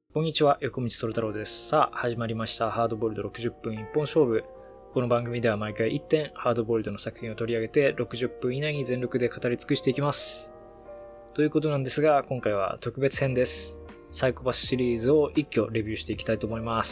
こんにちは、横道それ太郎です。さあ、始まりました。ハードボイルド60分一本勝負。この番組では毎回1点、ハードボイルドの作品を取り上げて、60分以内に全力で語り尽くしていきます。ということなんですが、今回は特別編です。サイコパスシリーズを一挙レビューしていきたいと思います。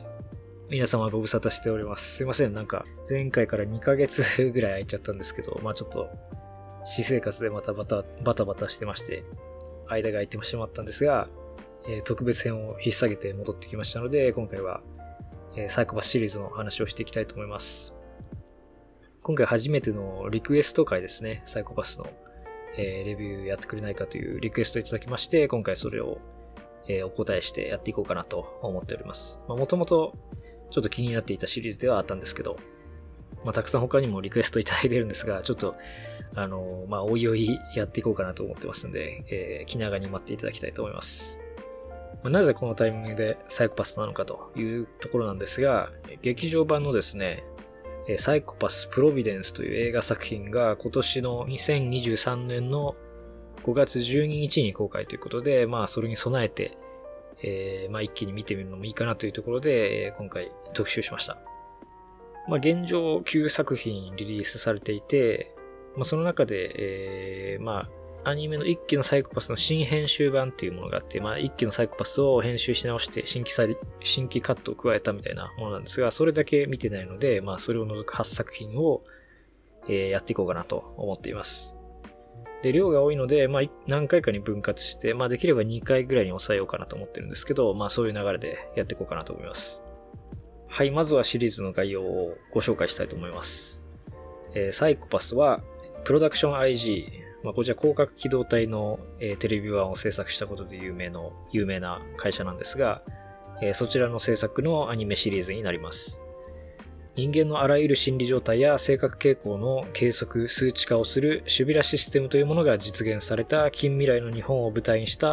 皆様ご無沙汰しております。すいません、前回から2ヶ月ぐらい空いちゃったんですけど、ちょっと、私生活でまたバタバタしてまして、間が空いてしまったんですが、特別編を引っ提げて戻ってきましたので、今回は、サイコパスシリーズの話をしていきたいと思います。今回初めてのリクエスト回ですね。サイコパスの、レビューやってくれないかというリクエストいただきまして、今回それを、お答えしてやっていこうかなと思っております。もともとちょっと気になっていたシリーズではあったんですけど、たくさん他にもリクエストいただいてるんですが、ちょっと、おいおいやっていこうかなと思ってますので、気長に待っていただきたいと思います。なぜこのタイミングでサイコパスなのかというところなんですが、劇場版のですね、サイコパスプロビデンスという映画作品が今年の2023年の5月12日に公開ということで、それに備えて、一気に見てみるのもいいかなというところで、今回特集しました。現状9作品リリースされていて、その中で、アニメの一期のサイコパスの新編集版っていうものがあって、一期のサイコパスを編集し直して新規カットを加えたみたいなものなんですが、それだけ見てないので、それを除く8作品を、やっていこうかなと思っています。で、量が多いので、何回かに分割して、できれば2回ぐらいに抑えようかなと思ってるんですけど、そういう流れでやっていこうかなと思います。はい、まずはシリーズの概要をご紹介したいと思います。サイコパスは、プロダクション IG、こちら広角機動隊の、テレビ版を制作したことで有名な会社なんですが、そちらの制作のアニメシリーズになります。人間のあらゆる心理状態や性格傾向の計測・数値化をするシュビラシステムというものが実現された近未来の日本を舞台にした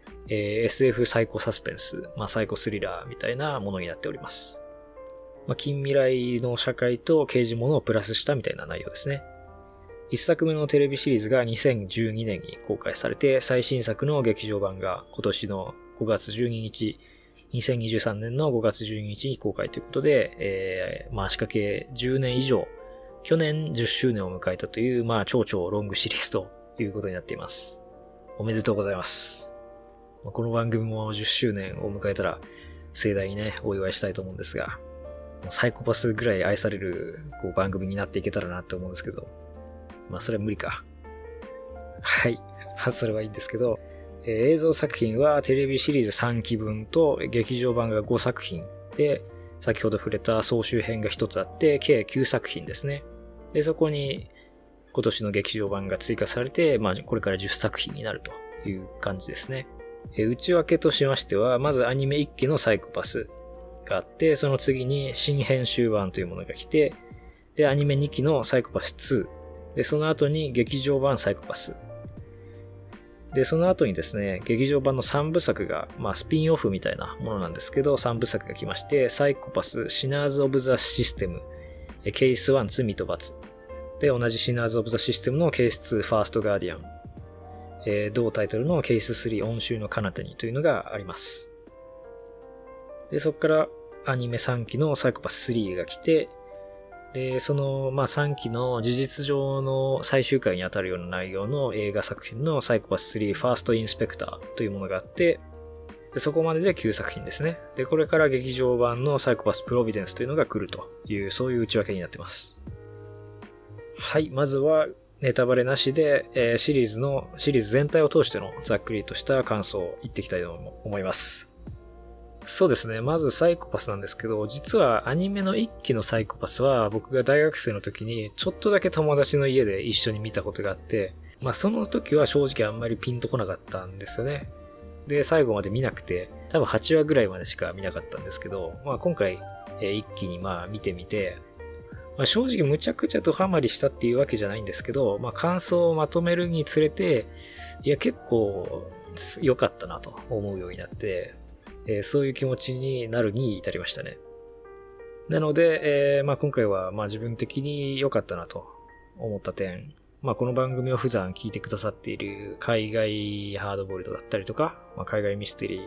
、SF サイコサスペンス、サイコスリラーみたいなものになっております。近未来の社会と刑事物をプラスしたみたいな内容ですね。一作目のテレビシリーズが2012年に公開されて、最新作の劇場版が今年の5月12日、2023年の5月12日に公開ということで、仕掛け10年以上、去年10周年を迎えたという、超ロングシリーズということになっています。おめでとうございます。この番組も10周年を迎えたら、盛大にね、お祝いしたいと思うんですが、サイコパスぐらい愛される番組になっていけたらなって思うんですけど、それは無理か。はい。それはいいんですけど、映像作品はテレビシリーズ3期分と劇場版が5作品で、先ほど触れた総集編が1つあって、計9作品ですね。で、そこに今年の劇場版が追加されて、これから10作品になるという感じですね。内訳としましては、まずアニメ1期のサイコパスがあって、その次に新編集版というものが来て、で、アニメ2期のサイコパス2、で、その後に劇場版サイコパス。で、その後にですね、劇場版の3部作が、スピンオフみたいなものなんですけど、3部作が来まして、サイコパス、シナーズ・オブ・ザ・システム、ケース1、罪と罰。で、同じシナーズ・オブ・ザ・システムのケース2、ファースト・ガーディアン。同タイトルのケース3、音集の彼方にというのがあります。で、そこからアニメ3期のサイコパス3が来て、で、その、3期の事実上の最終回に当たるような内容の映画作品のサイコパス3ファーストインスペクターというものがあって、でそこまでで9作品ですね。で、これから劇場版のサイコパスプロビデンスというのが来るという、そういう内訳になっています。はい、まずはネタバレなしで、シリーズ全体を通してのざっくりとした感想を言っていきたいと思います。そうですね。まずサイコパスなんですけど、実はアニメの1期のサイコパスは僕が大学生の時にちょっとだけ友達の家で一緒に見たことがあって、その時は正直あんまりピンとこなかったんですよね。で、最後まで見なくて、多分8話ぐらいまでしか見なかったんですけど、今回一気に見てみて、正直むちゃくちゃドハマりしたっていうわけじゃないんですけど、感想をまとめるにつれて、結構良かったなと思うようになって、そういう気持ちになるに至りましたね。なので、今回は自分的に良かったなと思った点、この番組を普段聞いてくださっている海外ハードボイルドだったりとか、海外ミステリー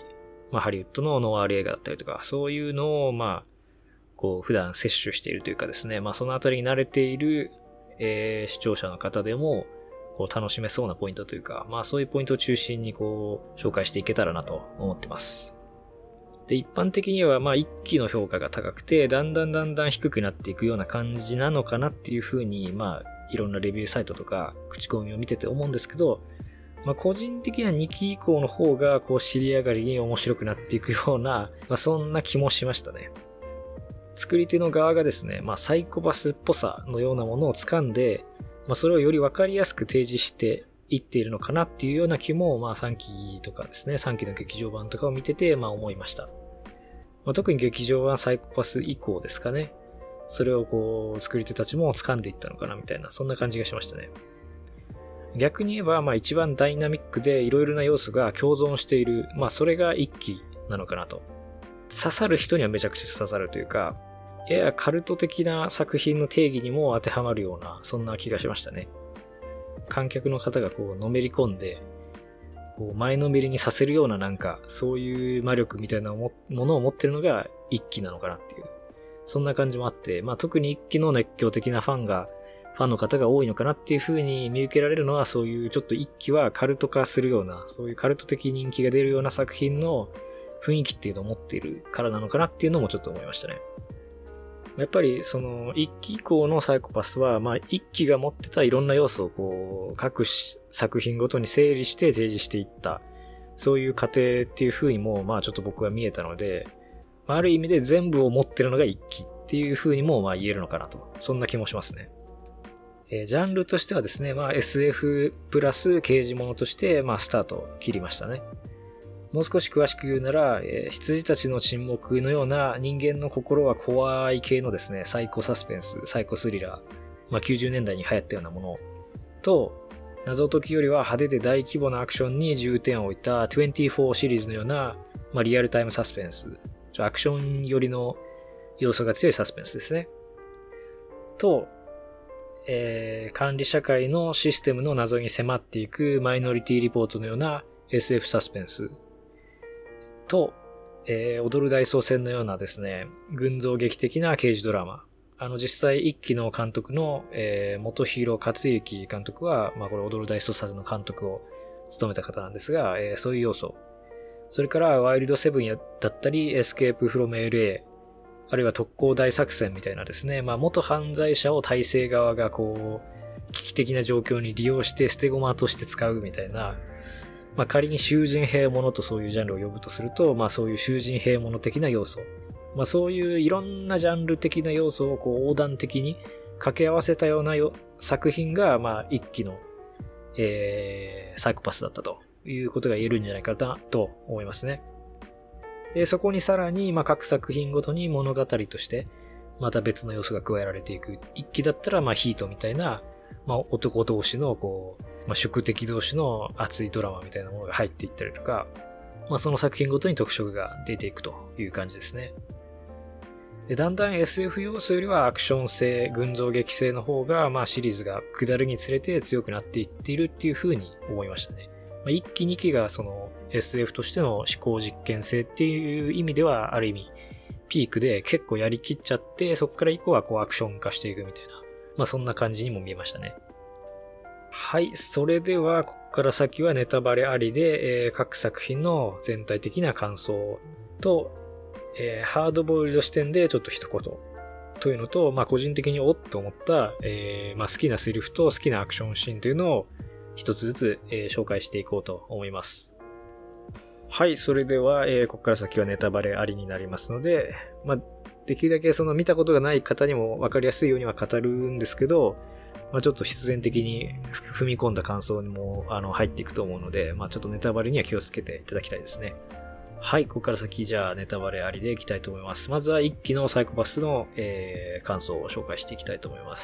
ハリウッドのノワール映画だったりとか、そういうのを、普段摂取しているというかですね、そのあたりに慣れている、視聴者の方でも、楽しめそうなポイントというか、そういうポイントを中心に紹介していけたらなと思ってます。で、一般的には、一期の評価が高くて、だんだん低くなっていくような感じなのかなっていうふうに、いろんなレビューサイトとか、口コミを見てて思うんですけど、個人的には2期以降の方が、尻上がりに面白くなっていくような、そんな気もしましたね。作り手の側がですね、サイコパスっぽさのようなものを掴んで、それをよりわかりやすく提示していっているのかなっていうような気も、3期とかですね、3期の劇場版とかを見てて、思いました。特に劇場版サイコパス以降ですかね。それを作り手たちも掴んでいったのかなみたいな、そんな感じがしましたね。逆に言えば、一番ダイナミックでいろいろな要素が共存している、それが1期なのかなと。刺さる人にはめちゃくちゃ刺さるというか、ややカルト的な作品の定義にも当てはまるような、そんな気がしましたね。観客の方がのめり込んで、前のめりにさせるようなそういう魔力みたいなものを持ってるのが一期なのかなっていう。そんな感じもあって、特に一期の熱狂的なファンの方が多いのかなっていう風に見受けられるのは、そういうちょっと一期はカルト化するような、そういうカルト的人気が出るような作品の雰囲気っていうのを持っているからなのかなっていうのもちょっと思いましたね。やっぱりその一期以降のサイコパスは、一期が持ってたいろんな要素を各作品ごとに整理して提示していった、そういう過程っていう風にもちょっと僕は見えたので、ある意味で全部を持ってるのが一期っていう風にも言えるのかなと、そんな気もしますね。ジャンルとしてはですね、SF プラス刑事物として、スタートを切りましたね。もう少し詳しく言うなら、羊たちの沈黙のような人間の心は怖い系のですね、サイコサスペンス、サイコスリラー、90年代に流行ったようなものと、謎解きよりは派手で大規模なアクションに重点を置いた24シリーズのような、リアルタイムサスペンス、アクション寄りの要素が強いサスペンスですね。と、管理社会のシステムの謎に迫っていくマイノリティリポートのような SF サスペンスと、踊る大捜戦のようなですね、群像劇的な刑事ドラマ。実際一期の監督の、元広克行監督は、これ踊る大捜査の監督を務めた方なんですが、そういう要素。それからワイルドセブンだったり、エスケープフロム LA、あるいは特攻大作戦みたいなですね、元犯罪者を体制側が危機的な状況に利用して捨て駒として使うみたいな、仮に囚人兵ものとそういうジャンルを呼ぶとすると、そういう囚人兵もの的な要素。そういういろんなジャンル的な要素を横断的に掛け合わせたような作品が、一期の、サイコパスだったということが言えるんじゃないかなと思いますね。で、そこにさらに、各作品ごとに物語として、また別の要素が加えられていく。一期だったら、ヒートみたいな、男同士の、宿敵同士の熱いドラマみたいなものが入っていったりとか、その作品ごとに特色が出ていくという感じですね。で、だんだん SF 要素よりはアクション性、群像劇性の方が、シリーズが下るにつれて強くなっていっているっていう風に思いましたね。1期2期がその SF としての思考実験性っていう意味ではある意味ピークで結構やりきっちゃって、そこから以降はアクション化していくみたいな、そんな感じにも見えましたね。はい、それではここから先はネタバレありで、各作品の全体的な感想と、ハードボイルド視点でちょっと一言というのと、個人的におっと思った、好きなセリフと好きなアクションシーンというのを一つずつ、紹介していこうと思います。はい、それでは、ここから先はネタバレありになりますので、できるだけその見たことがない方にも分かりやすいようには語るんですけど、ちょっと必然的に踏み込んだ感想にも入っていくと思うので、ちょっとネタバレには気をつけていただきたいですね。はい、ここから先じゃあネタバレありでいきたいと思います。まずは1期のサイコパスの、感想を紹介していきたいと思います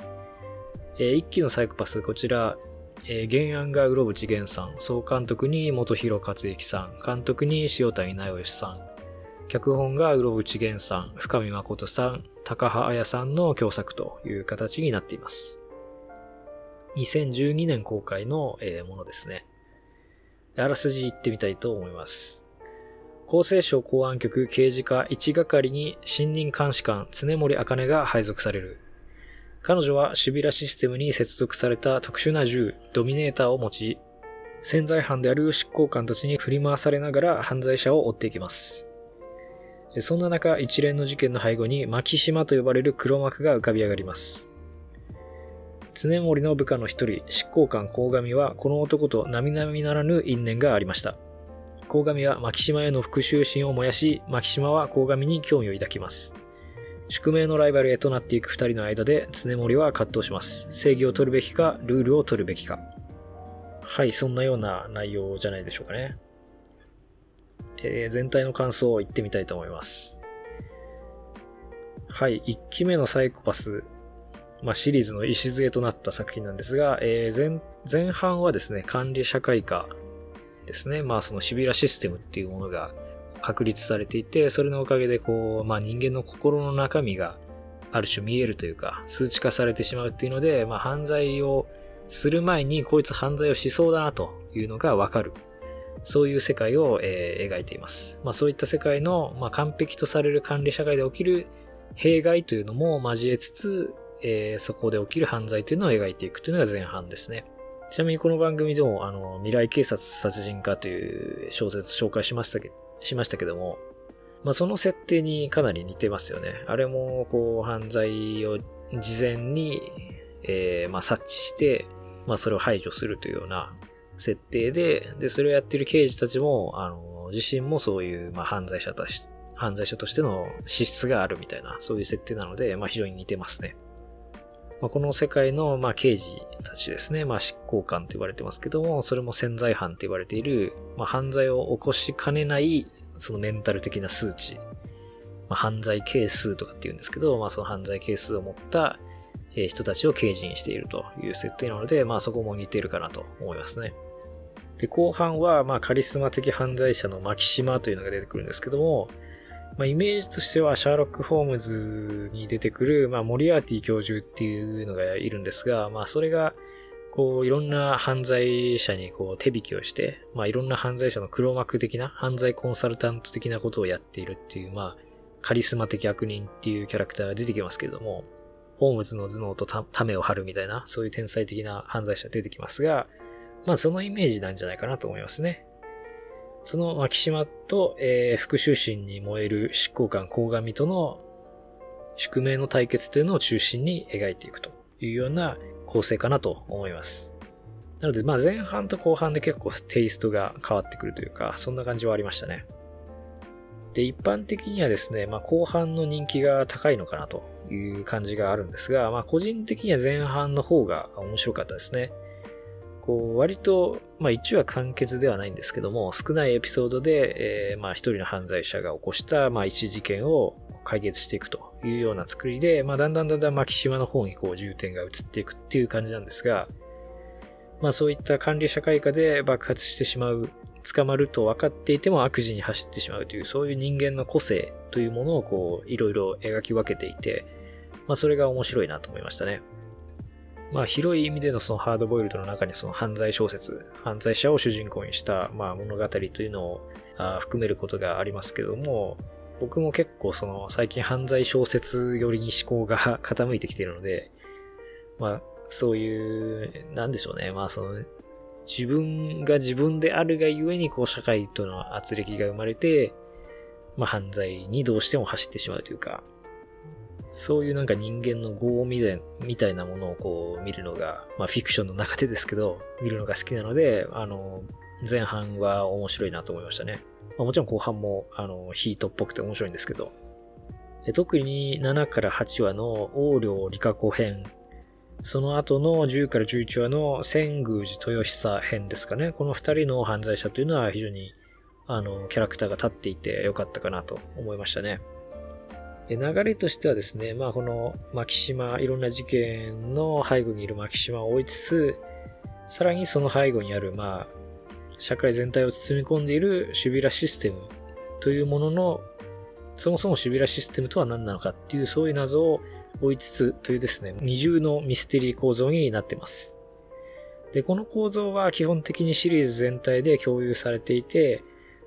。1期のサイコパス、こちら、原案が室伏源さん、総監督に本広克行さん、監督に塩谷直義さん、脚本が室伏源さん、深見誠さん、高羽彩さんの共作という形になっています。2012年公開のものですね。あらすじ言ってみたいと思います。 厚生省公安局刑事課1係に新任監視官常森茜が配属される。彼女はシュビラシステムに接続された特殊な銃、ドミネーターを持ち、潜在犯である執行官たちに振り回されながら犯罪者を追っていきます。そんな中、一連の事件の背後に牧島と呼ばれる黒幕が浮かび上がります。常森の部下の一人、執行官鴻上はこの男と並々ならぬ因縁がありました。鴻上は牧島への復讐心を燃やし、牧島は鴻上に興味を抱きます。宿命のライバルへとなっていく二人の間で常森は葛藤します。正義を取るべきか、ルールを取るべきか。はい、そんなような内容じゃないでしょうかね。全体の感想を言ってみたいと思います。はい、1期目のサイコパス、シリーズの礎となった作品なんですが、前半はですね、管理社会科ですね。そのシビラシステムっていうものが確立されていて、それのおかげで人間の心の中身がある種見えるというか、数値化されてしまうっていうので、犯罪をする前にこいつ犯罪をしそうだなというのがわかる。そういう世界を、描いています。そういった世界の、完璧とされる管理社会で起きる弊害というのも交えつつ、そこで起きる犯罪というのを描いていくというのが前半ですね。ちなみにこの番組でも未来警察殺人課という小説紹介しましたけども、その設定にかなり似てますよね。あれも犯罪を事前に、察知して、それを排除するというような設定で、それをやっている刑事たちも自身もそういう犯罪者としての資質があるみたいな、そういう設定なので、非常に似てますね。この世界の刑事たちですね。執行官と言われてますけども、それも潜在犯と言われている、犯罪を起こしかねない、そのメンタル的な数値。犯罪係数とかって言うんですけど、その犯罪係数を持った人たちを刑事にしているという設定なので、そこも似ているかなと思いますね。で、後半は、カリスマ的犯罪者の牧島というのが出てくるんですけども、イメージとしてはシャーロック・ホームズに出てくる、モリアーティ教授っていうのがいるんですが、それが、いろんな犯罪者に手引きをして、いろんな犯罪者の黒幕的な、犯罪コンサルタント的なことをやっているっていう、カリスマ的悪人っていうキャラクターが出てきますけれども、ホームズの頭脳とためを張るみたいな、そういう天才的な犯罪者出てきますが、そのイメージなんじゃないかなと思いますね。その牧島と、復讐心に燃える執行官鴻上との宿命の対決というのを中心に描いていくというような構成かなと思います。なので、前半と後半で結構テイストが変わってくるというか、そんな感じはありましたね。で、一般的にはですね、後半の人気が高いのかなという感じがあるんですが、個人的には前半の方が面白かったですね。割と、一話完結ではないんですけども、少ないエピソードで、一人の犯罪者が起こした、一事件を解決していくというような作りで、だんだん牧島の方に重点が移っていくっていう感じなんですが、そういった管理社会下で爆発してしまう、捕まると分かっていても悪事に走ってしまうという、そういう人間の個性というものをいろいろ描き分けていて、それが面白いなと思いましたね。広い意味でのそのハードボイルドの中にその犯罪小説、犯罪者を主人公にした物語というのを含めることがありますけども、僕も結構最近犯罪小説寄りに思考が傾いてきているので、そういう、なんでしょうね。自分が自分であるがゆえに社会との圧力が生まれて、犯罪にどうしても走ってしまうというか、そういう人間の業みたいなものを見るのが、フィクションの中でですけど、見るのが好きなので、前半は面白いなと思いましたね。もちろん後半も、ヒートっぽくて面白いんですけど、特に7から8話の横領理香子編、その後の10から11話の千宮寺豊久編ですかね。この2人の犯罪者というのは非常に、キャラクターが立っていて良かったかなと思いましたね。流れとしてはですね、この牧島、いろんな事件の背後にいる牧島を追いつつ、さらにその背後にある、社会全体を包み込んでいるシュビラシステムというものの、そもそもシュビラシステムとは何なのかっていう、そういう謎を追いつつというですね、二重のミステリー構造になっています。で、この構造は基本的にシリーズ全体で共有されていて、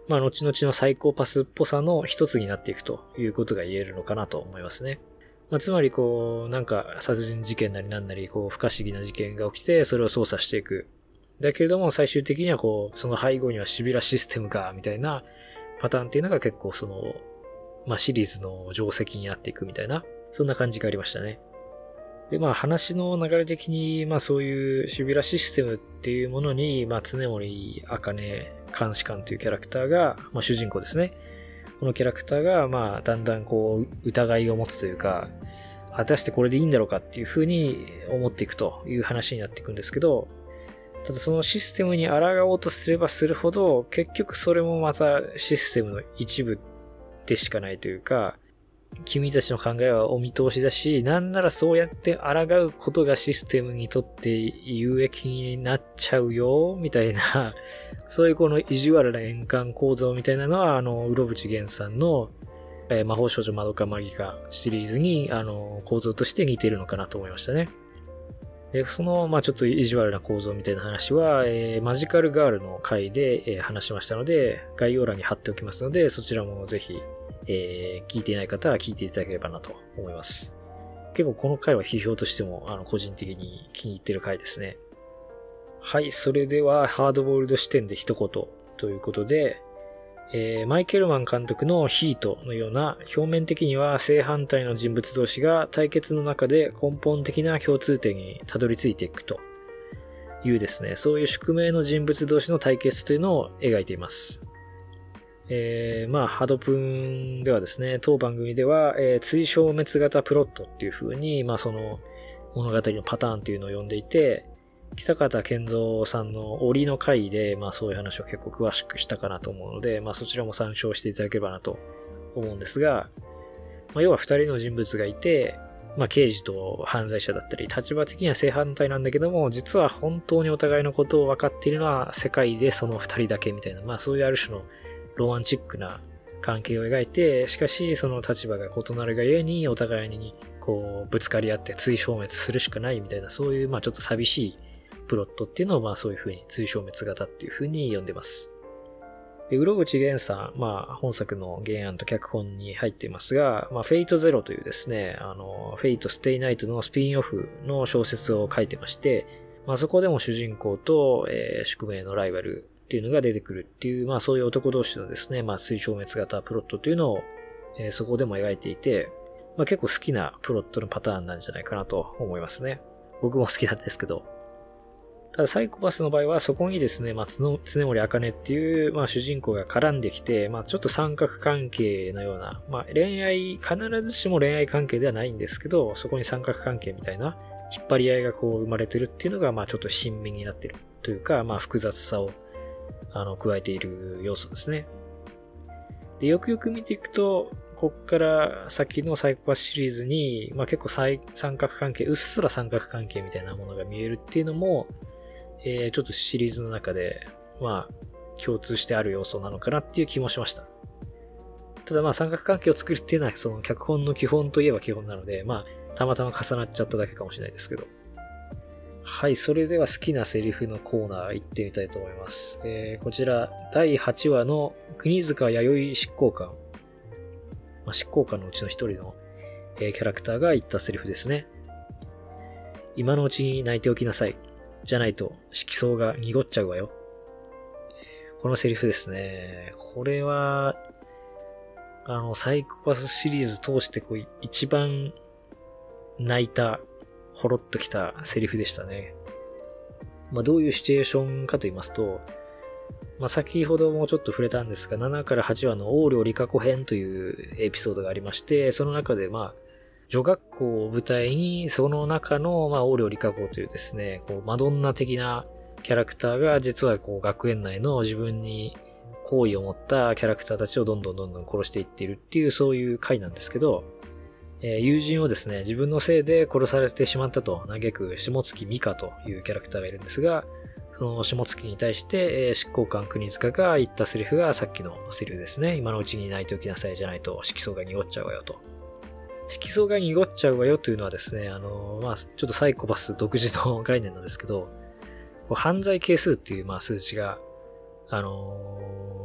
まあ、後々のサイコパスっぽさの一つになっていくということが言えるのかなと思いますね。まあ、つまりなんか殺人事件なりなんなり、不可思議な事件が起きて、それを捜査していく。だけれども、最終的にはその背後にはシビラシステムが、みたいなパターンっていうのが結構まあ、シリーズの定石になっていくみたいな、そんな感じがありましたね。で、まあ、話の流れ的に、まあ、そういうシビラシステムっていうものに、まあ、常森茜監視官というキャラクターが、まあ、主人公ですね。このキャラクターが、まあ、だんだん疑いを持つというか、果たしてこれでいいんだろうかっていうふうに思っていくという話になっていくんですけど、ただそのシステムに抗おうとすればするほど、結局それもまたシステムの一部でしかないというか、君たちの考えはお見通しだし、なんならそうやって抗うことがシステムにとって有益になっちゃうよ、みたいな、そういう意地悪な円環構造みたいなのは、うろぶちげんさんの、魔法少女まどかマギカシリーズに、構造として似てるのかなと思いましたね。で、まあちょっと意地悪な構造みたいな話は、マジカルガールの回で、話しましたので、概要欄に貼っておきますので、そちらもぜひ、聞いていない方は聞いていただければなと思います。結構この回は批評としても、個人的に気に入ってる回ですね。はい、それでは、ハードボイルド視点で一言ということで、マイケルマン監督のヒートのような表面的には正反対の人物同士が対決の中で根本的な共通点にたどり着いていくというですね、そういう宿命の人物同士の対決というのを描いています。まあ、ハドプンではですね、当番組では、追消滅型プロットっていう風に、まあその物語のパターンっていうのを呼んでいて、北方健三さんの折の回で、まあそういう話を結構詳しくしたかなと思うので、まあそちらも参照していただければなと思うんですが、まあ要は二人の人物がいて、まあ刑事と犯罪者だったり、立場的には正反対なんだけども、実は本当にお互いのことを分かっているのは世界でその二人だけみたいな、まあそういうある種のロマンチックな関係を描いて、しかしその立場が異なるがゆえにお互いにぶつかり合って追消滅するしかないみたいな、そういうまあちょっと寂しいプロットっていうのをまあそういう風に追消滅型っていう風に呼んでます。で、うろぶちげんさん、まあ本作の原案と脚本に入っていますが、まあフェイトゼロというですね、フェイトステイナイトのスピンオフの小説を書いてまして、まあそこでも主人公と、宿命のライバルっていうのが出てくるっていう、まあそういう男同士のですね、まあ追消滅型プロットというのを、そこでも描いていて、まあ結構好きなプロットのパターンなんじゃないかなと思いますね。僕も好きなんですけど。ただサイコパスの場合はそこにですね、まあ常森茜っていう、まあ主人公が絡んできて、まあちょっと三角関係のような、まあ必ずしも恋愛関係ではないんですけど、そこに三角関係みたいな引っ張り合いが生まれてるっていうのが、まあちょっと親身になってるというか、まあ複雑さを加えている要素ですね。で、よくよく見ていくと、こっから先のサイコパスシリーズに、まあ結構三角関係、うっすら三角関係みたいなものが見えるっていうのも、ちょっとシリーズの中で、まあ、共通してある要素なのかなっていう気もしました。ただまあ三角関係を作るっていうのは、その脚本の基本といえば基本なので、まあ、たまたま重なっちゃっただけかもしれないですけど。はい、それでは好きなセリフのコーナー行ってみたいと思います。こちら、第8話の国塚弥生執行官。まあ、執行官のうちの一人の、キャラクターが言ったセリフですね。今のうちに泣いておきなさい。じゃないと色相が濁っちゃうわよ。このセリフですね。これは、サイコパスシリーズ通して一番泣いた、ほろっときたセリフでしたね。まあどういうシチュエーションかと言いますと、まあ先ほどもちょっと触れたんですが、7から8話の横領理香子編というエピソードがありまして、その中でまあ、女学校を舞台に、その中の、まあ、横領理香子というですね、マドンナ的なキャラクターが、実は学園内の自分に好意を持ったキャラクターたちをどんどん殺していっているっていう、そういう回なんですけど、友人をですね、自分のせいで殺されてしまったと嘆く下月美香というキャラクターがいるんですが、その下月に対して、執行官国塚が言ったセリフがさっきのセリフですね。今のうちに泣いておきなさいじゃないと色相が濁っちゃうわよと。色相が濁っちゃうわよというのはですね、まあ、ちょっとサイコパス独自の概念なんですけど、犯罪係数っていう、まあ、数値が、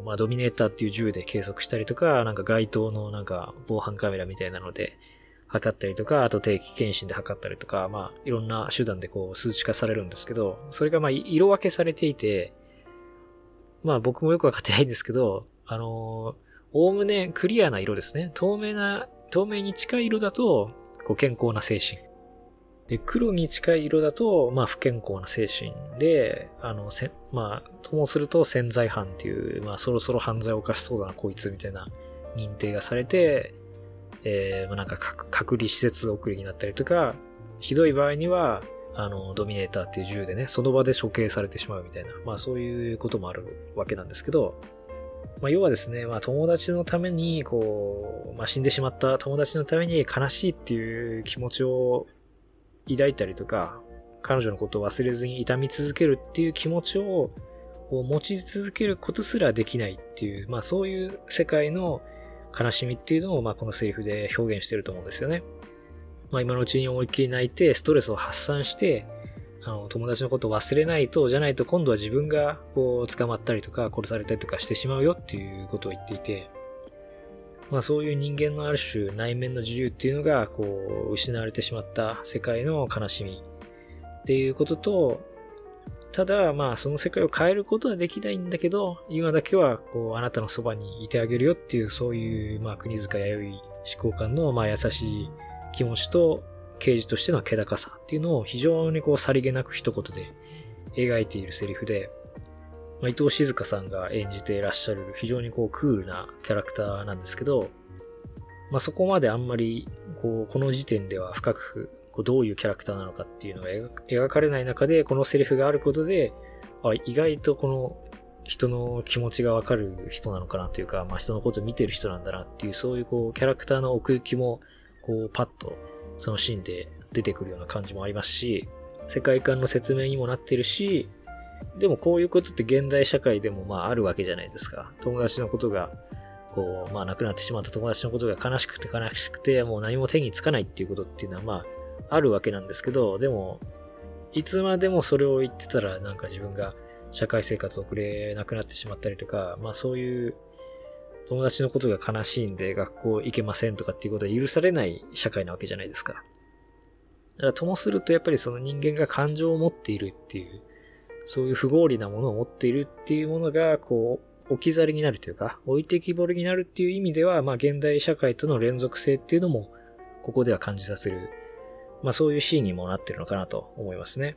ドミネーターっていう銃で計測したりとか、なんか街頭のなんか防犯カメラみたいなので測ったりとか、あと定期検診で測ったりとか、いろんな手段で数値化されるんですけど、それが色分けされていて、僕もよくわかってないんですけど、おおむねクリアな色ですね。透明に近い色だと、健康な精神。で、黒に近い色だと、不健康な精神で、ともすると潜在犯っていう、そろそろ犯罪を犯しそうだな、こいつみたいな認定がされて、なんか隔離施設送りになったりとか、ひどい場合には、ドミネーターっていう銃でね、その場で処刑されてしまうみたいな、そういうこともあるわけなんですけど、要はですね、友達のために、死んでしまった友達のために悲しいっていう気持ちを抱いたりとか、彼女のことを忘れずに痛み続けるっていう気持ちを持ち続けることすらできないっていう、そういう世界の悲しみっていうのを、このセリフで表現してると思うんですよね。今のうちに思いっきり泣いて、ストレスを発散して、友達のことを忘れないと、じゃないと今度は自分が捕まったりとか殺されたりとかしてしまうよっていうことを言っていて、そういう人間のある種内面の自由っていうのが失われてしまった世界の悲しみっていうことと、ただその世界を変えることはできないんだけど、今だけはあなたのそばにいてあげるよっていう、そういう国塚弥生思考官の優しい気持ちと、刑事としての気高さっていうのを非常にさりげなく一言で描いているセリフで、伊藤静香さんが演じていらっしゃる非常にクールなキャラクターなんですけど、そこまであんまりこの時点では深くどういうキャラクターなのかっていうのが描かれない中で、このセリフがあることで、意外とこの人の気持ちがわかる人なのかなというか、人のことを見てる人なんだなっていう、そういうキャラクターの奥行きもパッとそのシーンで出てくるような感じもありますし、世界観の説明にもなってるし、でもこういうことって現代社会でもあるわけじゃないですか。友達のことが亡くなってしまった友達のことが悲しくてもう何も手につかないっていうことっていうのはあるわけなんですけど、でもいつまでもそれを言ってたらなんか自分が社会生活を送れなくなってしまったりとか、そういう友達のことが悲しいんで学校行けませんとかっていうことは許されない社会なわけじゃないですか。だからともするとやっぱりその人間が感情を持っているっていう、そういう不合理なものを持っているっていうものが置き去りになるというか、置いてきぼりになるっていう意味では、現代社会との連続性っていうのもここでは感じさせる、そういうシーンにもなってるのかなと思いますね。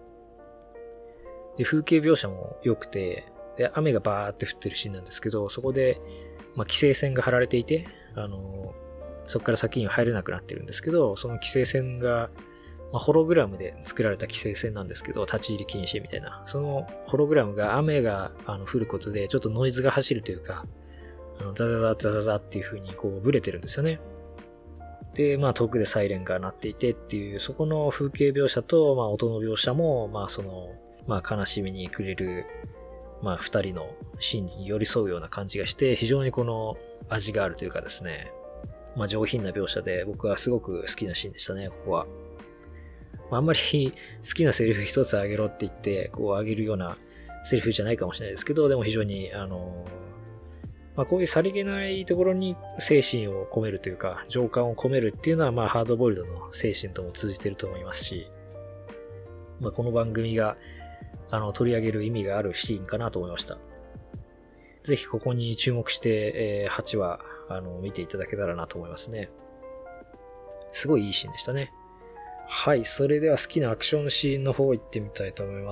で、風景描写も良くて、で、雨がバーって降ってるシーンなんですけど、そこで規制線が張られていて、そこから先には入れなくなってるんですけど、その規制線が、ホログラムで作られた規制線なんですけど、立ち入り禁止みたいな。そのホログラムが雨が降ることでちょっとノイズが走るというか、ザザザザザザっていう風にブレてるんですよね。で、遠くでサイレンが鳴っていてっていう、そこの風景描写と、音の描写も、悲しみに暮れる、二人のシーンに寄り添うような感じがして、非常に味があるというかですね、上品な描写で僕はすごく好きなシーンでしたね、ここは。あんまり好きなセリフ一つあげろって言って、あげるようなセリフじゃないかもしれないですけど、でも非常に、こういうさりげないところに精神を込めるというか、情感を込めるっていうのは、ハードボイルドの精神とも通じてると思いますし、この番組が、取り上げる意味があるシーンかなと思いました。ぜひここに注目して、8話、見ていただけたらなと思いますね。すごいいいシーンでしたね。はい、それでは好きなアクションシーンの方行ってみたいと思います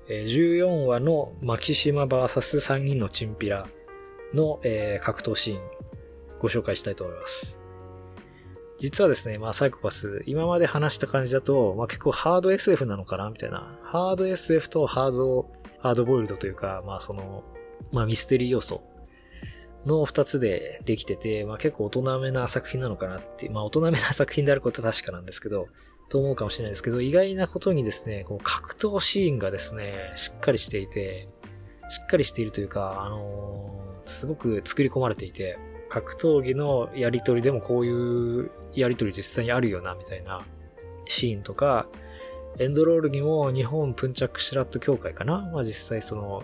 。14話のマキシマ VS3 人のチンピラの、格闘シーンご紹介したいと思います。実はですね、サイコパス、今まで話した感じだと、結構ハード SF なのかなみたいな。ハード SF とハードボイルドというか、ミステリー要素の2つでできてて、結構大人めな作品なのかなって、大人めな作品であることは確かなんですけど、と思うかもしれないですけど、意外なことにですね、格闘シーンがですね、しっかりしているというか、すごく作り込まれていて、格闘技のやりとりでもこういうやりとり実際にあるよな、みたいなシーンとか、エンドロールにも日本プンチャックシラット協会かな、実際その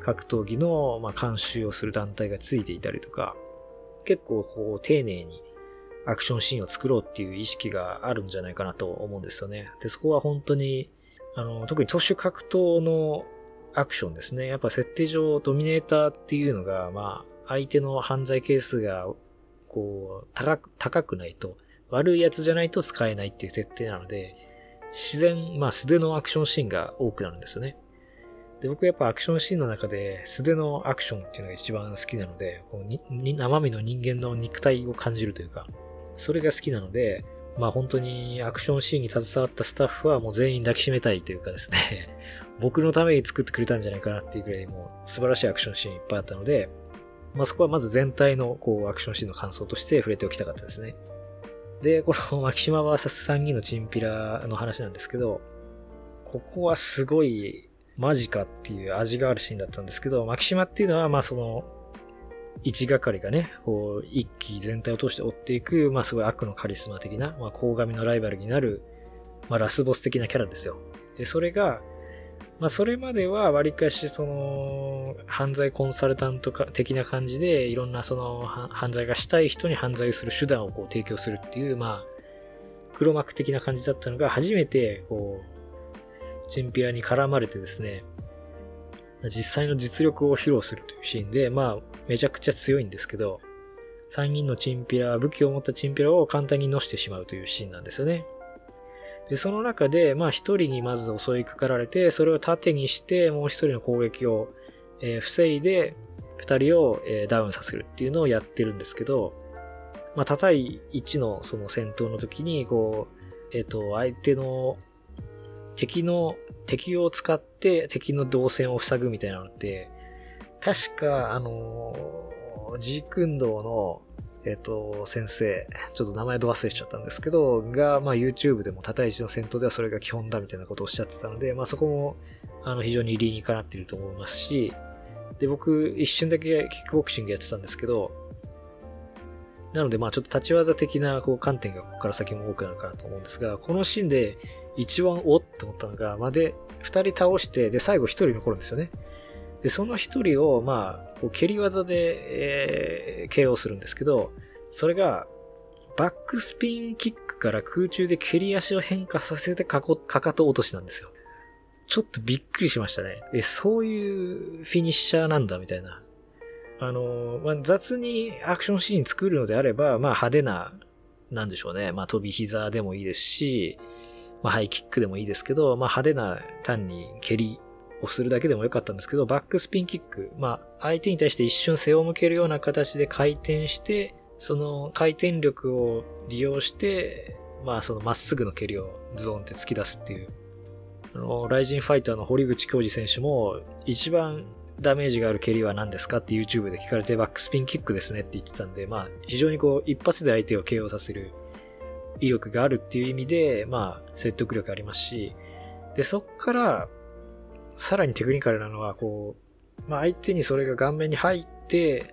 格闘技の、監修をする団体がついていたりとか、結構こう丁寧にアクションシーンを作ろうっていう意識があるんじゃないかなと思うんですよね。で、そこは本当に、特に都市格闘のアクションですね。やっぱ設定上ドミネーターっていうのが、相手の犯罪係数が、こう、高くないと、悪いやつじゃないと使えないっていう設定なので、自然、素手のアクションシーンが多くなるんですよね。で、僕やっぱアクションシーンの中で素手のアクションっていうのが一番好きなので、こう生身の人間の肉体を感じるというか、それが好きなので、本当にアクションシーンに携わったスタッフはもう全員抱きしめたいというかですね、僕のために作ってくれたんじゃないかなっていうくらいもう素晴らしいアクションシーンいっぱいあったので、そこはまず全体のこうアクションシーンの感想として触れておきたかったですね。で、このマキシマ VS3 人のチンピラの話なんですけど、ここはすごいマジかっていう味があるシーンだったんですけど、マキシマっていうのはその一係がね、こう一期全体を通して追っていく、すごい悪のカリスマ的な、鴻上のライバルになる、ラスボス的なキャラですよ。で、それが、それまでは割かしその犯罪コンサルタント的な感じでいろんなその犯罪がしたい人に犯罪する手段をこう提供するっていう黒幕的な感じだったのが初めてこうチンピラに絡まれてですね、実際の実力を披露するというシーンでめちゃくちゃ強いんですけど、3人のチンピラ、武器を持ったチンピラを簡単に乗してしまうというシーンなんですよね。で、その中で、一人にまず襲いかかられて、それを盾にして、もう一人の攻撃を、防いで、二人を、ダウンさせるっていうのをやってるんですけど、他対1のその戦闘の時に、こう、相手の敵を使って敵の動線を塞ぐみたいなのって、確か、ジークンドーの、先生、ちょっと名前ど忘れしちゃったんですけど、が、YouTube でも他対1の戦闘ではそれが基本だみたいなことをおっしゃってたので、そこも、非常に理にかなっていると思いますし、で、僕、一瞬だけキックボクシングやってたんですけど、なので、ちょっと立ち技的な、こう、観点がここから先も多くなるかなと思うんですが、このシーンで一番おって思ったのが、で、二人倒して、で、最後一人残るんですよね。で、その一人を、こう蹴り技で、KO するんですけど、それが、バックスピンキックから空中で蹴り足を変化させてかかと落としなんですよ。ちょっとびっくりしましたね。そういうフィニッシャーなんだ、みたいな。雑にアクションシーン作るのであれば、派手な、なんでしょうね。飛び膝でもいいですし、ハイキックでもいいですけど、派手な単に蹴りをするだけでもよかったんですけど、バックスピンキック、相手に対して一瞬背を向けるような形で回転して、その回転力を利用して、そのまっすぐの蹴りをズドンって突き出すっていう。ライジンファイターの堀口恭司選手も、一番ダメージがある蹴りは何ですかって YouTube で聞かれてバックスピンキックですねって言ってたんで、非常にこう一発で相手を KO させる威力があるっていう意味で、説得力ありますし、で、そっから、さらにテクニカルなのは、こう、相手にそれが顔面に入って、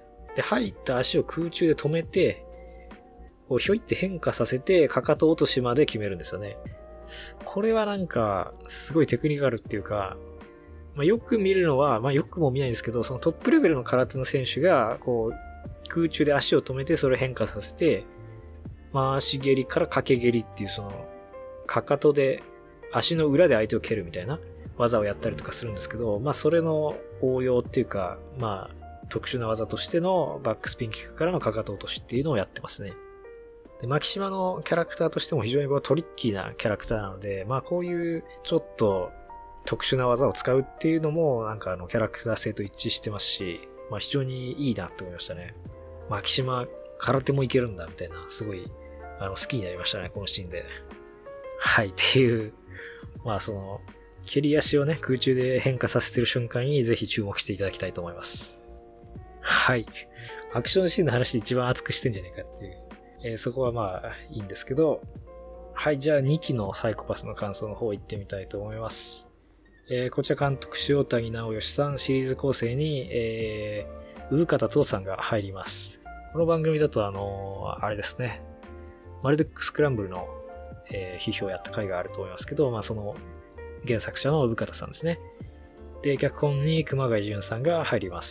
で、入った足を空中で止めて、こう、ひょいって変化させて、かかと落としまで決めるんですよね。これはなんか、すごいテクニカルっていうか、よく見るのは、よくも見ないんですけど、そのトップレベルの空手の選手が、こう、空中で足を止めて、それを変化させて、回し蹴りから掛け蹴りっていう、その、かかとで、足の裏で相手を蹴るみたいな技をやったりとかするんですけど、それの応用っていうか、特殊な技としてのバックスピンキックからのかかと落としっていうのをやってますね。で、マキシマのキャラクターとしても非常にこうトリッキーなキャラクターなので、こういうちょっと特殊な技を使うっていうのもなんかキャラクター性と一致してますし、非常にいいなって思いましたね。マキシマ空手もいけるんだみたいな、すごい好きになりましたね、このシーンで。はい、っていう、その、蹴り足をね、空中で変化させてる瞬間にぜひ注目していただきたいと思います。はい。アクションシーンの話一番熱くしてんじゃねえかっていう。そこはいいんですけど、はい、じゃあ2期のサイコパスの感想の方行ってみたいと思います。こちら監督塩谷直義さん、シリーズ構成に、産方父さんが入ります。この番組だとあれですね、マルデックスクランブルの批評をやった回があると思いますけど、その原作者の産方さんですね。 で、脚本に熊谷淳さんが入ります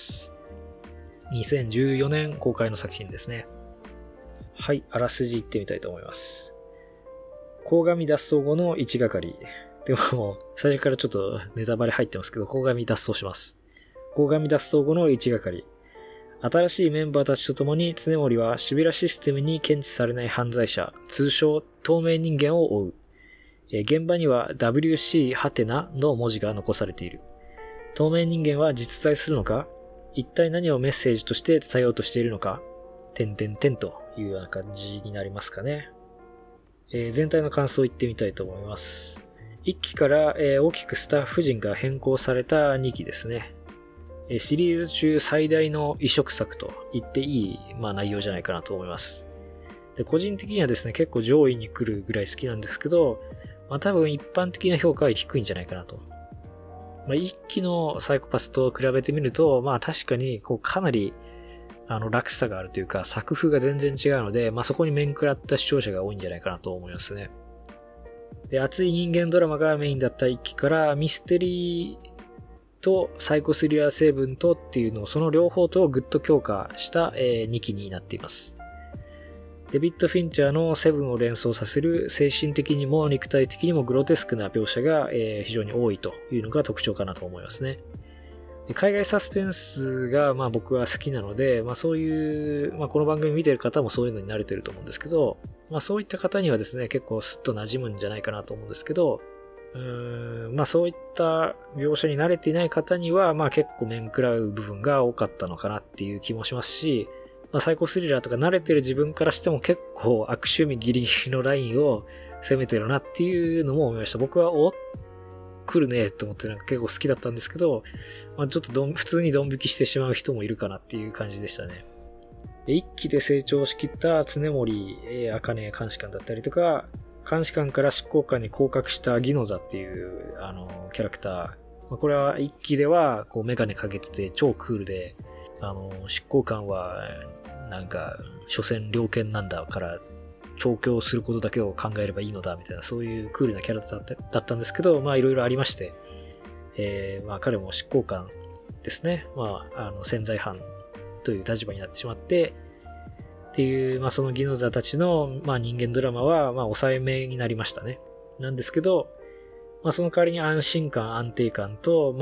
。2014年公開の作品ですね。はい、あらすじ言ってみたいと思います。鴻上脱走後の一係。でも、最初からちょっとネタバレ入ってますけど、鴻上脱走します。鴻上脱走後の一係。新しいメンバーたちと共に常森はシビラシステムに検知されない犯罪者、通称透明人間を追う。現場には WC ハテナの文字が残されている。透明人間は実在するのか？一体何をメッセージとして伝えようとしているのか？というような感じになりますかね。全体の感想を言ってみたいと思います。1期から、大きくスタッフ陣が変更された2期ですね。シリーズ中最大の異色作と言っていい、内容じゃないかなと思います。で、個人的にはですね、結構上位に来るぐらい好きなんですけど、多分一般的な評価は低いんじゃないかなと。1期のサイコパスと比べてみると、確かにかなり落差があるというか、作風が全然違うので、そこに面食らった視聴者が多いんじゃないかなと思いますね。で、熱い人間ドラマがメインだった1期からミステリーとサイコスリラー成分とっていうのをその両方とぐっと強化した、2期になっています。デビッド・フィンチャーのセブンを連想させる精神的にも肉体的にもグロテスクな描写が、非常に多いというのが特徴かなと思いますね。で、海外サスペンスが僕は好きなので、そういう、この番組見てる方もそういうのに慣れてると思うんですけど、そういった方にはですね、結構スッと馴染むんじゃないかなと思うんですけど、そういった描写に慣れていない方には、結構面食らう部分が多かったのかなっていう気もしますし、サイコスリラーとか慣れてる自分からしても結構悪趣味ギリギリのラインを攻めてるなっていうのも思いました。僕は来るねと思って結構好きだったんですけど、ちょっと普通にドン引きしてしまう人もいるかなっていう感じでしたね。で、一期で成長しきった常森茜監視官だったりとか、監視官から執行官に降格したギノザっていうキャラクター。これは一期ではメガネかけてて超クールで、執行官は所詮猟犬なんだから調教することだけを考えればいいのだみたいな、そういうクールなキャラだったんですけど、いろいろありまして、彼も執行官ですね。潜在犯という立場になってしまって、っていう、そのギノザたちの、人間ドラマは、抑えめになりましたね。なんですけど、その代わりに安心感、安定感と、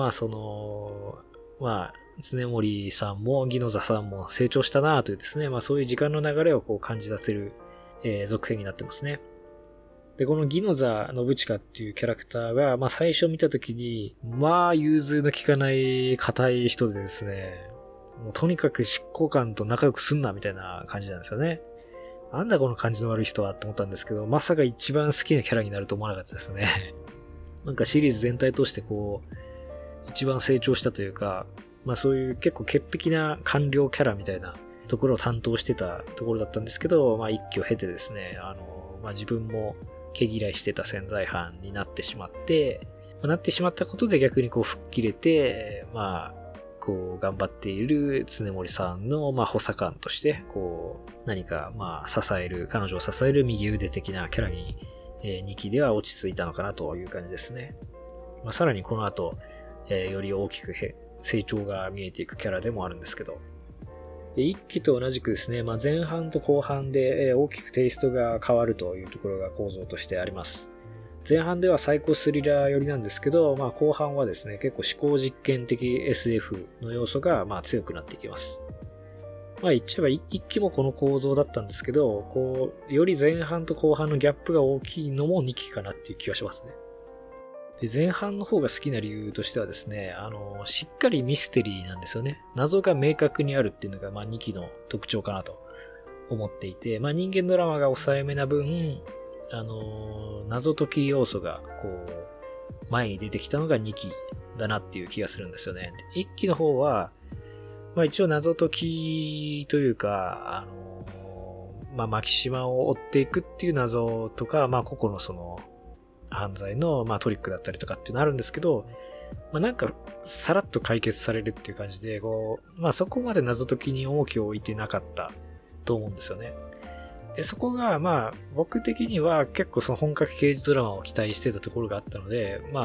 常森さんもギノザさんも成長したなというですね、そういう時間の流れを感じさせる、続編になってますね。で、このギノザ信近っていうキャラクターが、最初見たときに、融通の利かない硬い人でですね、もうとにかく執行官と仲良くすんなみたいな感じなんですよね。なんだこの感じの悪い人はって思ったんですけど、まさか一番好きなキャラになると思わなかったですね。シリーズ全体として一番成長したというか、そういう結構潔癖な官僚キャラみたいなところを担当してたところだったんですけど、一期を経てですね、自分も毛嫌いしてた潜在犯になってしまって、なってしまったことで逆に吹っ切れて、頑張っている常森さんの、補佐官として、何か、彼女を支える右腕的なキャラに、2期では落ち着いたのかなという感じですね。さらにこの後、より大きく成長が見えていくキャラでもあるんですけど。で、1期と同じくですね、前半と後半で、大きくテイストが変わるというところが構造としてあります。前半ではサイコスリラー寄りなんですけど、後半はですね、結構思考実験的 SF の要素が強くなっていきます。言っちゃえば一期もこの構造だったんですけど、より前半と後半のギャップが大きいのも2期かなっていう気がしますね。で、前半の方が好きな理由としてはですね、しっかりミステリーなんですよね。謎が明確にあるっていうのが、2期の特徴かなと思っていて、人間ドラマが抑えめな分、謎解き要素が、前に出てきたのが2期だなっていう気がするんですよね。1期の方は、一応謎解きというか、マキシマを追っていくっていう謎とか、個々のその、犯罪の、トリックだったりとかっていうのあるんですけど、さらっと解決されるっていう感じで、そこまで謎解きに重きを置いてなかったと思うんですよね。で、そこが、僕的には結構その本格刑事ドラマを期待してたところがあったので、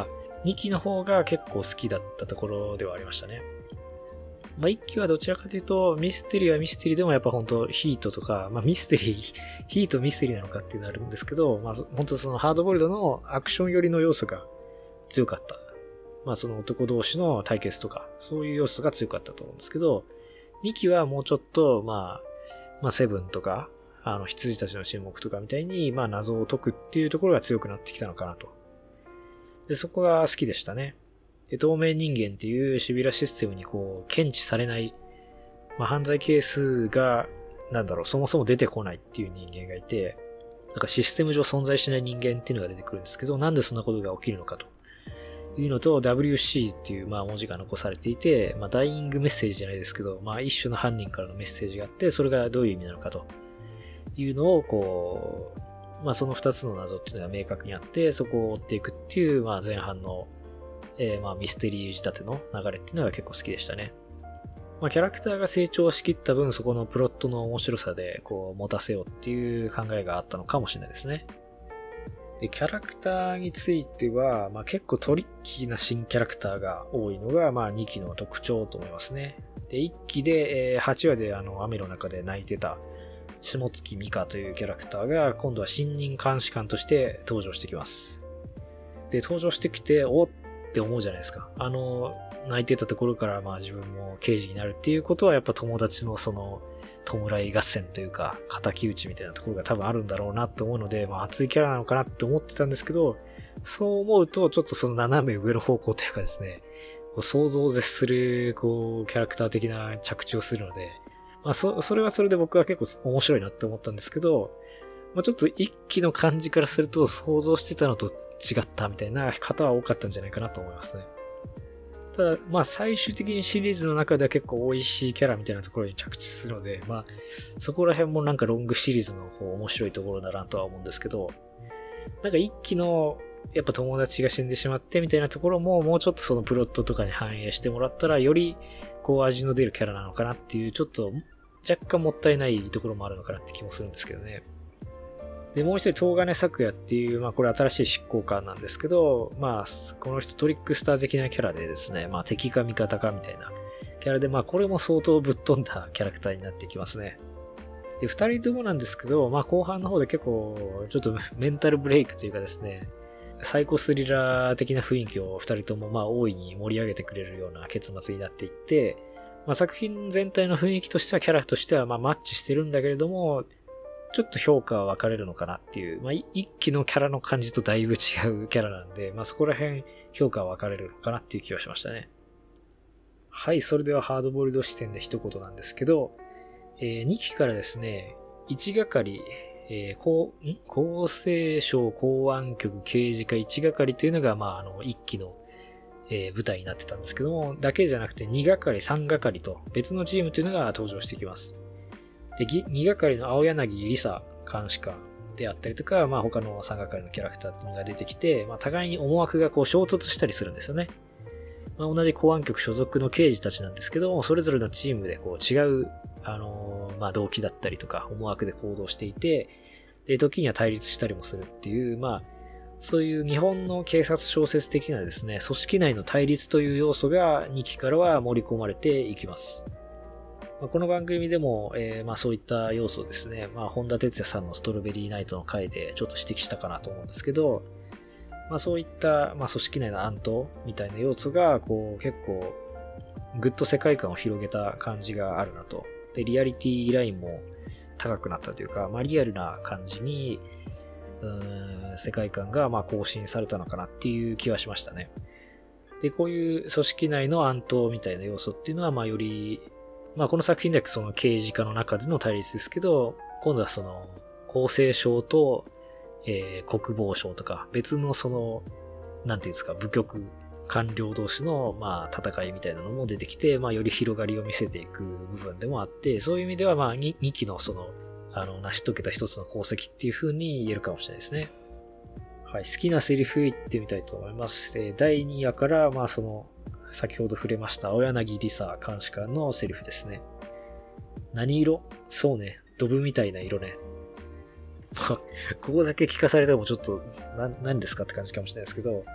2期の方が結構好きだったところではありましたね。まあ、1期はどちらかというと、ミステリーはミステリーでもやっぱ本当ヒートとか、まあミステリー、ヒートミステリーなのかっていうのがあるんですけど、まあ本当そのハードボイルドのアクション寄りの要素が強かった。まあその男同士の対決とか、そういう要素が強かったと思うんですけど、2期はもうちょっと、まあセブンとか、羊たちの沈黙とかみたいに、まあ謎を解くっていうところが強くなってきたのかなと。で、そこが好きでしたね。で、透明人間っていうシビラシステムにこう、検知されない、まあ犯罪係数が、そもそも出てこないっていう人間がいて、なんかシステム上存在しない人間っていうのが出てくるんですけど、なんでそんなことが起きるのかというのと、WC っていうまあ文字が残されていて、まあダイイングメッセージじゃないですけど、まあ一種の犯人からのメッセージがあって、それがどういう意味なのかというのをこう、まあその二つの謎っていうのが明確にあって、そこを追っていくっていう、まあ前半の、まあミステリー仕立ての流れっていうのが結構好きでしたね。まあキャラクターが成長しきった分、そこのプロットの面白さでこう持たせようっていう考えがあったのかもしれないですね。で、キャラクターについては、まあ結構トリッキーな新キャラクターが多いのが、まあ2期の特徴と思いますね。で、1期で、8話で雨の中で泣いてた下月美香というキャラクターが今度は新任監視官として登場してきます。で、登場してきて、おって思うじゃないですか。泣いてたところからまあ自分も刑事になるっていうことはやっぱ友達のその弔い合戦というか敵討ちみたいなところが多分あるんだろうなって思うので、まあ熱いキャラなのかなって思ってたんですけど、そう思うとちょっとその斜め上の方向というかですね、こう想像を絶するこうキャラクター的な着地をするので、まあそれはそれで僕は結構面白いなって思ったんですけど、まあちょっと一期の感じからすると想像してたのと違ったみたいな方は多かったんじゃないかなと思いますね。ただ、まあ最終的にシリーズの中では結構美味しいキャラみたいなところに着地するので、まあそこら辺もなんかロングシリーズのこう面白いところだなとは思うんですけど、なんか一期のやっぱ友達が死んでしまってみたいなところももうちょっとそのプロットとかに反映してもらったらよりこう味の出るキャラなのかなっていうちょっと若干もったいないところもあるのかなって気もするんですけどね。で、もう一人、東金咲也っていう、まあこれ新しい執行官なんですけど、まあこの人トリックスター的なキャラでですね、まあ敵か味方かみたいなキャラで、まあこれも相当ぶっ飛んだキャラクターになってきますね。で、二人ともなんですけど、まあ後半の方で結構ちょっとメンタルブレイクというかですね、サイコスリラー的な雰囲気を二人ともまあ大いに盛り上げてくれるような結末になっていって、まあ作品全体の雰囲気としてはキャラとしてはまあマッチしてるんだけれども、ちょっと評価は分かれるのかなっていう、まあ、一期のキャラの感じとだいぶ違うキャラなんで、まあ、そこら辺評価は分かれるのかなっていう気はしましたね。はい、それではハードボイルド視点で一言なんですけど、2期からですね、1係、厚生省公安局刑事課1係というのが、まあ、1期の、舞台になってたんですけども、だけじゃなくて2係、3係と別のチームというのが登場してきます。で、2係の青柳りさ監視官であったりとか、まあ他の3係のキャラクターが出てきて、まあ互いに思惑がこう衝突したりするんですよね。まあ同じ公安局所属の刑事たちなんですけども、それぞれのチームでこう違う、まあ動機だったりとか思惑で行動していて、で、時には対立したりもするっていう、まあ、そういう日本の警察小説的なですね、組織内の対立という要素が2期からは盛り込まれていきます。この番組でも、まあそういった要素ですね、まあ本田哲也さんのストロベリーナイトの回でちょっと指摘したかなと思うんですけど、まあそういった、まあ組織内の暗闘みたいな要素が、こう結構、ぐっと世界観を広げた感じがあるなと。で、リアリティラインも高くなったというか、まあリアルな感じに、世界観がまあ更新されたのかなっていう気はしましたね。で、こういう組織内の暗闘みたいな要素っていうのは、まあより、まあこの作品ではその刑事課の中での対立ですけど、今度はその厚生省と、国防省とか別のその、なんていうんですか、部局、官僚同士のまあ戦いみたいなのも出てきて、まあより広がりを見せていく部分でもあって、そういう意味ではまあ2期のその、成し遂げた一つの功績っていう風に言えるかもしれないですね。はい、好きなセリフ言ってみたいと思います。第2話から、まあその、先ほど触れました青柳りさ監視官のセリフですね。何色？そうね、ドブみたいな色ね。ここだけ聞かされてもちょっと何ですかって感じかもしれないですけど、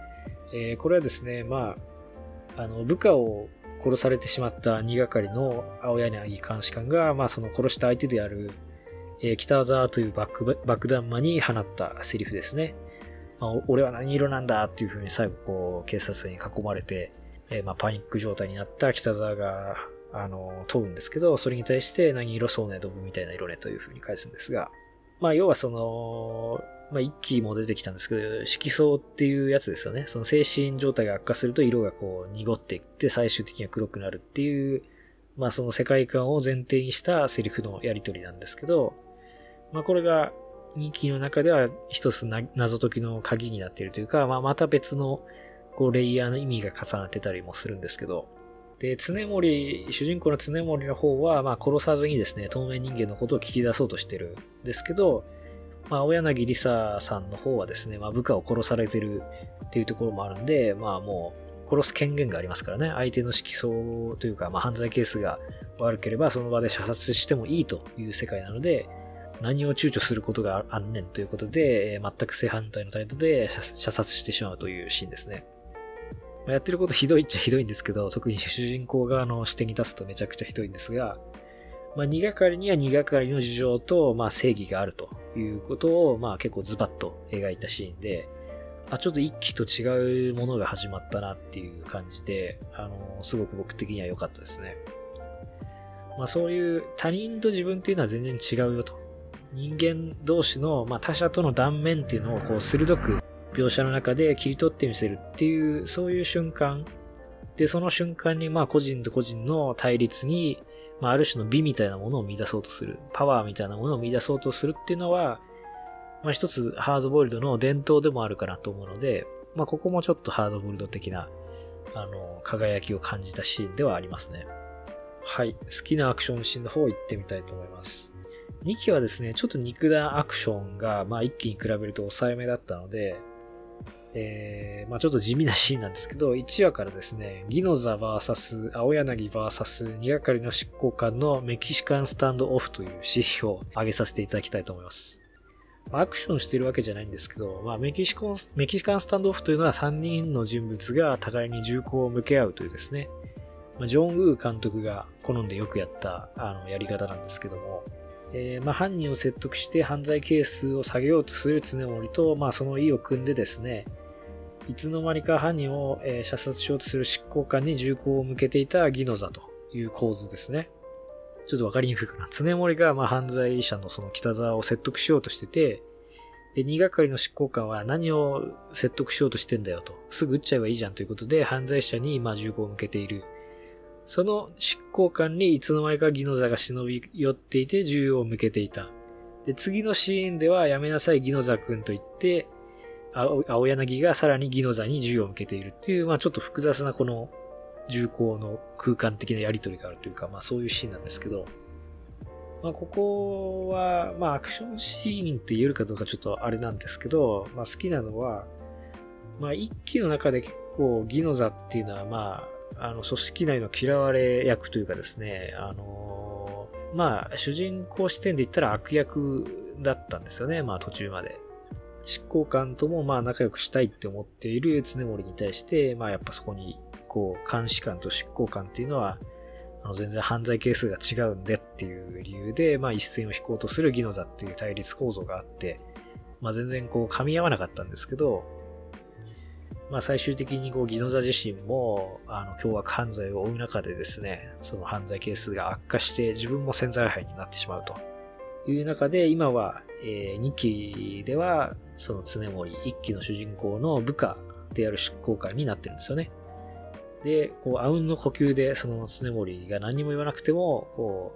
これはですね、部下を殺されてしまった2係の青柳監視官が、その殺した相手である、北沢という爆弾魔に放ったセリフですね。俺は何色なんだっていう風に最後警察に囲まれて、パニック状態になった北沢が、問うんですけど、それに対して何色そうね、ドブみたいな色ねという風に返すんですが、要は一期も出てきたんですけど、色相っていうやつですよね。その精神状態が悪化すると色が濁っていって最終的には黒くなるっていう、その世界観を前提にしたセリフのやり取りなんですけど、これが2期の中では一つ謎解きの鍵になっているというか、また別のレイヤーの意味が重なってたりもするんですけど、で、主人公の常森の方は、殺さずにですね、透明人間のことを聞き出そうとしてるんですけど、青柳りささんの方はですね、部下を殺されてるっていうところもあるんで、もう殺す権限がありますからね、相手の色相というか、犯罪ケースが悪ければその場で射殺してもいいという世界なので、何を躊躇することがあんねんということで、全く正反対の態度で射殺してしまうというシーンですね。やってることひどいっちゃひどいんですけど、特に主人公側の視点に立つとめちゃくちゃひどいんですが、2係には2係の事情と、正義があるということを、結構ズバッと描いたシーンで、ちょっと一期と違うものが始まったなっていう感じで、すごく僕的には良かったですね。そういう他人と自分っていうのは全然違うよと。人間同士の、他者との断面っていうのを鋭く描写の中で切り取ってみせるっていう、そういう瞬間。で、その瞬間に個人と個人の対立に、ある種の美みたいなものを見出そうとする。パワーみたいなものを見出そうとするっていうのは、一つハードボイルドの伝統でもあるかなと思うので、ここもちょっとハードボイルド的な、輝きを感じたシーンではありますね。はい。好きなアクションシーンの方を行ってみたいと思います。2期はですね、ちょっと肉弾アクションが、1期に比べると抑えめだったので、ちょっと地味なシーンなんですけど、1話からですね、ギノザ VS 青柳 VS2 係の執行官のメキシカンスタンドオフというシーンを上げさせていただきたいと思います。アクションしてるわけじゃないんですけど、メキシカンスタンドオフというのは3人の人物が互いに銃口を向け合うというですね、ジョン・ウー監督が好んでよくやったやり方なんですけども、犯人を説得して犯罪係数を下げようとする常森と、その意を組んでですね、いつの間にか犯人を射殺しようとする執行官に銃口を向けていたギノザという構図ですね。ちょっとわかりにくいかな。常森が犯罪者のその北沢を説得しようとしてて、で、2係の執行官は何を説得しようとしてんだよと。すぐ撃っちゃえばいいじゃんということで犯罪者に銃口を向けている。その執行官にいつの間にかギノザが忍び寄っていて銃を向けていた。で、次のシーンではやめなさいギノザ君と言って、青柳がさらにギノザに銃を向けているっていう、ちょっと複雑なこの銃口の空間的なやりとりがあるというか、そういうシーンなんですけど、ここは、アクションシーンって言えるかどうかちょっとあれなんですけど、好きなのは、一期の中で結構ギノザっていうのは、組織内の嫌われ役というかですね、主人公視点で言ったら悪役だったんですよね、途中まで。執行官とも仲良くしたいって思っている常森に対して、やっぱそこに、監視官と執行官っていうのは、全然犯罪係数が違うんでっていう理由で、一線を引こうとするギノザっていう対立構造があって、全然噛み合わなかったんですけど、最終的にギノザ自身も、凶悪犯罪を追う中でですね、その犯罪係数が悪化して自分も潜在犯になってしまうという中で、今は、2期では、その常森、1期の主人公の部下である執行官になってるんですよね。で、あうんの呼吸で、その常森が何にも言わなくても、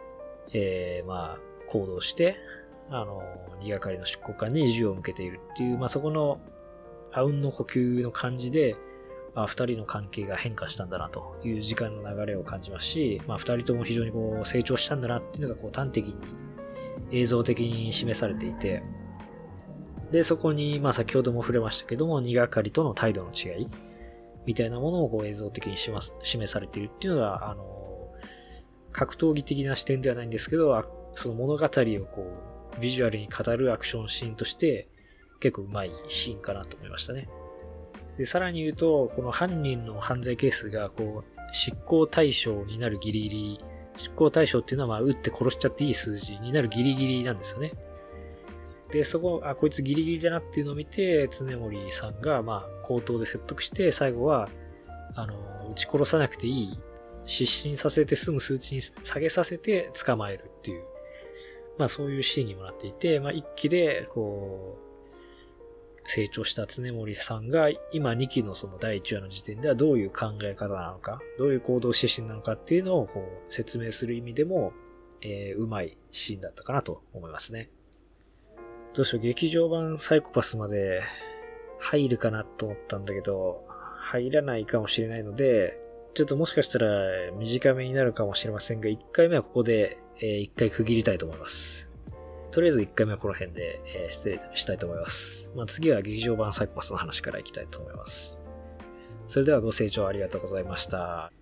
行動して、2係の執行官に銃を向けているっていう、そこの、あうんの呼吸の感じで、二人の関係が変化したんだなという時間の流れを感じますし、二人とも非常に成長したんだなっていうのが端的に映像的に示されていて、で、そこに、先ほども触れましたけども、2係との態度の違いみたいなものを映像的に示されているっていうのが、格闘技的な視点ではないんですけど、その物語をビジュアルに語るアクションシーンとして、結構うまいシーンかなと思いましたね。 で、さらに言うと、この犯人の犯罪係数が、執行対象になるギリギリ、執行対象っていうのは、撃って殺しちゃっていい数字になるギリギリなんですよね。で、こいつギリギリだなっていうのを見て、常森さんが、口頭で説得して、最後は、撃ち殺さなくていい、失神させて済む数値に下げさせて捕まえるっていう、そういうシーンにもなっていて、一期で、成長した常森さんが、今2期のその第1話の時点ではどういう考え方なのか、どういう行動指針なのかっていうのを説明する意味でも、うまいシーンだったかなと思いますね。どうしよう、劇場版サイコパスまで入るかなと思ったんだけど、入らないかもしれないので、ちょっともしかしたら短めになるかもしれませんが、1回目はここで1回区切りたいと思います。とりあえず1回目はこの辺で失礼したいと思います。次は劇場版サイコパスの話からいきたいと思います。それではご清聴ありがとうございました。